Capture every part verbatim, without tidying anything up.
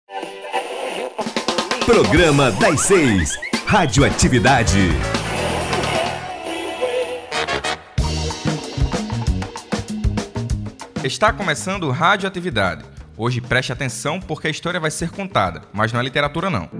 Programa das Seis. Radioatividade. Está começando Radioatividade. Hoje preste atenção porque a história vai ser contada, mas não é literatura não.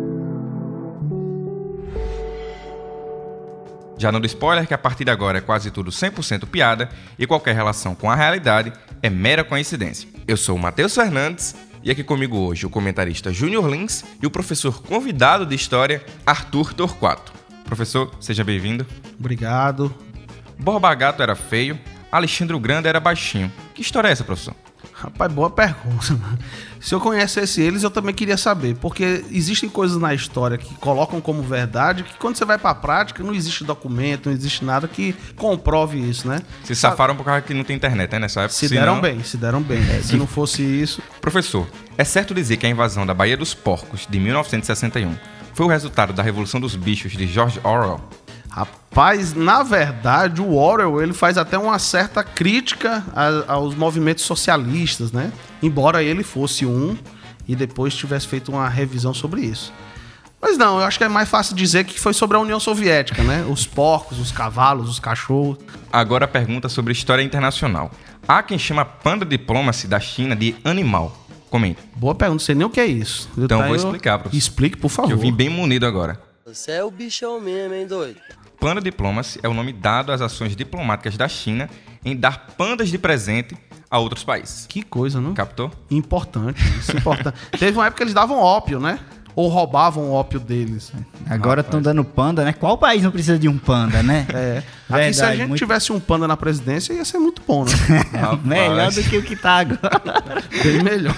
Já não dou spoiler que a partir de agora é quase tudo cem por cento piada e qualquer relação com a realidade é mera coincidência. Eu sou o Matheus Fernandes e aqui comigo hoje o comentarista Júnior Lins e o professor convidado de História, Arthur Torquato. Professor, seja bem-vindo. Obrigado. Borba Gato era feio, Alexandre o Grande era baixinho. Que história é essa, professor? Rapaz, boa pergunta. Se eu conhecesse eles, eu também queria saber, porque existem coisas na história que colocam como verdade, que quando você vai pra prática, não existe documento, não existe nada que comprove isso, né? Se safaram por causa que não tem internet, né, nessa época? Se deram não... bem, se deram bem. É, se não fosse isso... Professor, é certo dizer que a invasão da Baía dos Porcos, de mil novecentos e sessenta e um, foi o resultado da Revolução dos Bichos, de George Orwell? Rapaz, na verdade, o Orwell ele faz até uma certa crítica a, aos movimentos socialistas, né? Embora ele fosse um e depois tivesse feito uma revisão sobre isso. Mas não, eu acho que é mais fácil dizer que foi sobre a União Soviética, né? Os porcos, os cavalos, os cachorros. Agora a pergunta sobre história internacional. Há quem chama Panda Diplomacy da China de animal. Comente. Boa pergunta, não sei nem o que é isso. Eu então tá, vou explicar, professor. Explique, por favor. Eu vim bem munido agora. Você é o bichão mesmo, hein, doido? Panda Diplomacy é o nome dado às ações diplomáticas da China em dar pandas de presente a outros países. Que coisa, não? Captou? Importante, isso é importante. Teve uma época que eles davam ópio, né? Ou roubavam o ópio deles. Agora estão dando panda, né? Qual país não precisa de um panda, né? É. Aqui, verdade, se a gente muito... tivesse um panda na presidência, ia ser muito bom, né? Melhor do que o que tá agora. Bem melhor.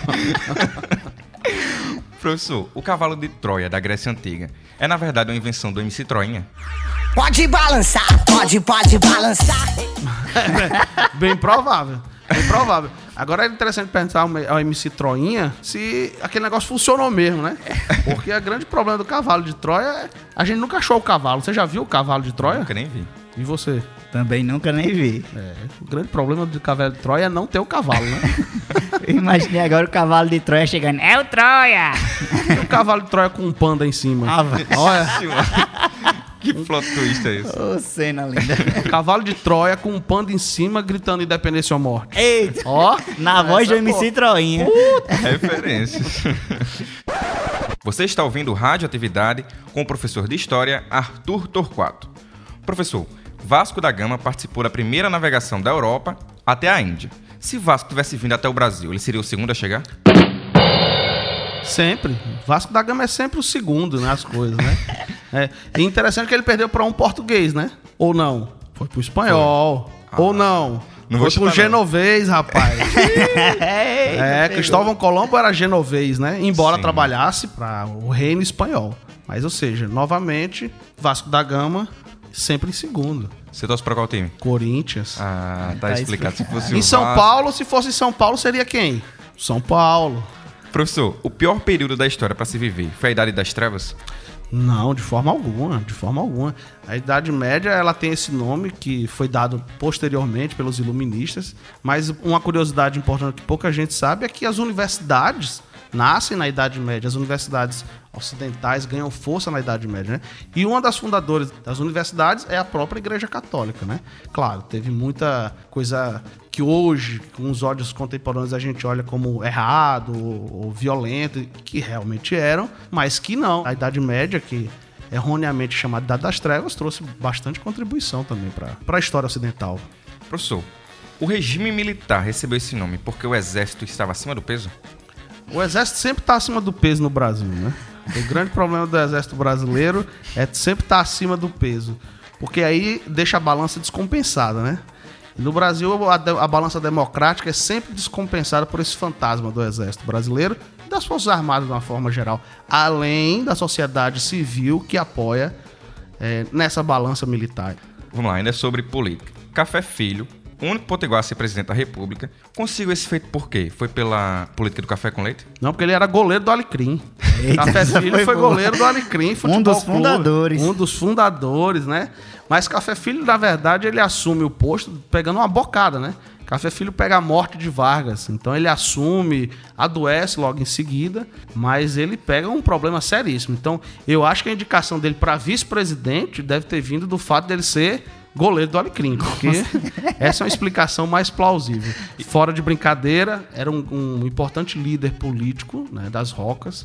Professor, o cavalo de Troia da Grécia Antiga é, na verdade, uma invenção do M C Troinha? Pode balançar, pode, pode balançar. É, bem provável, bem provável. Agora é interessante perguntar ao M C Troinha se aquele negócio funcionou mesmo, né? Porque o grande problema do cavalo de Troia é... A gente nunca achou o cavalo. Você já viu o cavalo de Troia? Nunca nem vi. E você? Também nunca nem vi. É, o grande problema do cavalo de Troia é não ter o cavalo, né? Imaginei agora o cavalo de Troia chegando. É o Troia! E o cavalo de Troia com um panda em cima. Ah, olha. Que plot twist é isso? Ô, oh, cena linda. O cavalo de Troia com um panda em cima gritando independência ou morte. Eita! Ó, na voz do M C Troinha. Puta. Referências. Você está ouvindo Radioatividade com o professor de História, Arthur Torquato. Professor, Vasco da Gama participou da primeira navegação da Europa até a Índia. Se Vasco tivesse vindo até o Brasil, ele seria o segundo a chegar? Sempre. Vasco da Gama é sempre o segundo nas coisas, né? É. E interessante que ele perdeu para um português, né? Ou não? Foi pro espanhol. Ah, ou não? não Foi pro genovês, não. Rapaz. É, Cristóvão Colombo era genovês, né? Embora Sim. trabalhasse para o reino espanhol. Mas, ou seja, novamente, Vasco da Gama sempre em segundo. Você torce pra qual time? Corinthians. Ah, tá, tá explicado. Se fosse em São Vasco... Paulo, se fosse em São Paulo, seria quem? São Paulo. Professor, o pior período da história para se viver foi a Idade das Trevas? Não, de forma alguma, de forma alguma. A Idade Média, ela tem esse nome que foi dado posteriormente pelos iluministas, mas uma curiosidade importante que pouca gente sabe é que as universidades nascem na Idade Média, as universidades ocidentais ganham força na Idade Média, né? E uma das fundadoras das universidades é a própria Igreja Católica, né? Claro, teve muita coisa que hoje, com os olhos contemporâneos, a gente olha como errado ou, ou violento, que realmente eram, mas que não. A Idade Média, que erroneamente chamada Idade das Trevas, trouxe bastante contribuição também para a história ocidental. Professor, o regime militar recebeu esse nome porque o exército estava acima do peso? O exército sempre está acima do peso no Brasil, né? O grande problema do exército brasileiro é sempre estar acima do peso, porque aí deixa a balança descompensada, né? E no Brasil, a, a balança democrática é sempre descompensada por esse fantasma do exército brasileiro e das Forças Armadas de uma forma geral, além da sociedade civil que apoia é, nessa balança militar. Vamos lá, ainda é sobre política. Café Filho, o único potiguar a ser presidente da República, conseguiu esse feito por quê? Foi pela política do café com leite? Não, porque ele era goleiro do Alecrim. Eita, Café essa Filho foi foi boa. goleiro do Alecrim Futebol Um dos Clube. fundadores. Um dos fundadores, né? Mas Café Filho, na verdade, ele assume o posto pegando uma bocada, né? Café Filho pega a morte de Vargas. Então ele assume, adoece logo em seguida, mas ele pega um problema seríssimo. Então eu acho que a indicação dele para vice-presidente deve ter vindo do fato dele ser goleiro do Alecrim, porque essa é uma explicação mais plausível. Fora de brincadeira, era um, um importante líder político, né, das Rocas,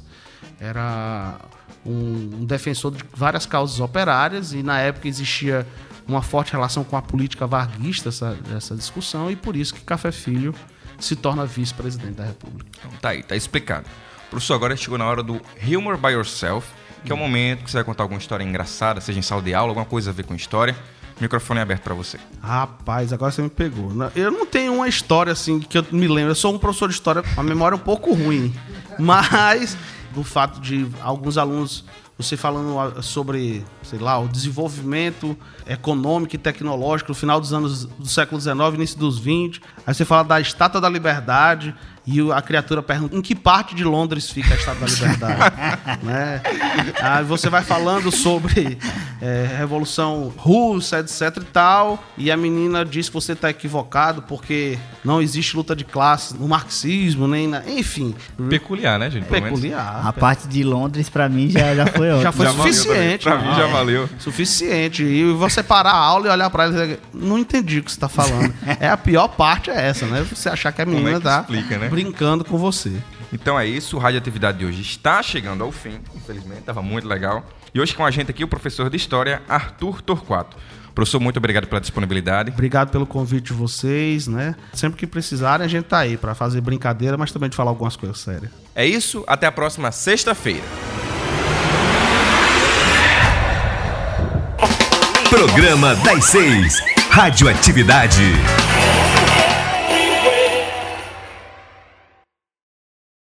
era um, um defensor de várias causas operárias e na época existia uma forte relação com a política varguista, essa, essa discussão, e por isso que Café Filho se torna vice-presidente da República. Então, tá aí, tá explicado. Professor, agora chegou na hora do Humor by Yourself, que é o momento que você vai contar alguma história engraçada, seja em sala de aula, alguma coisa a ver com história. O microfone é aberto para você. Rapaz, agora você me pegou. Eu não tenho uma história assim que eu me lembro. Eu sou um professor de história com a memória um pouco ruim. Mas do fato de alguns alunos, você falando sobre, sei lá, o desenvolvimento econômico e tecnológico no final dos anos do século dezenove, início dos vinte. Aí você fala da Estátua da Liberdade e a criatura pergunta em que parte de Londres fica a Estátua da Liberdade. Né? Aí você vai falando sobre é, Revolução Russa, etc e tal, e a menina diz que você está equivocado porque não existe luta de classe no marxismo, nem na... Enfim. Peculiar, né, gente? Pelo menos. Peculiar. A parte de Londres, pra mim, já, já foi ótimo. Já foi Já valeu suficiente. também. Pra mim já valeu. Suficiente. E você parar a aula e olhar pra ela e dizer, não entendi o que você tá falando. É a pior parte é essa, né? Você achar que a Como menina é que tá explica, né? brincando com você. Então é isso, o Radioatividade de hoje está chegando ao fim, infelizmente, estava muito legal. E hoje com a gente aqui o professor de História, Arthur Torquato. Professor, muito obrigado pela disponibilidade. Obrigado pelo convite de vocês, né? Sempre que precisarem, a gente tá aí pra fazer brincadeira, mas também de falar algumas coisas sérias. É isso, até a próxima sexta-feira. Programa das Seis. Radioatividade.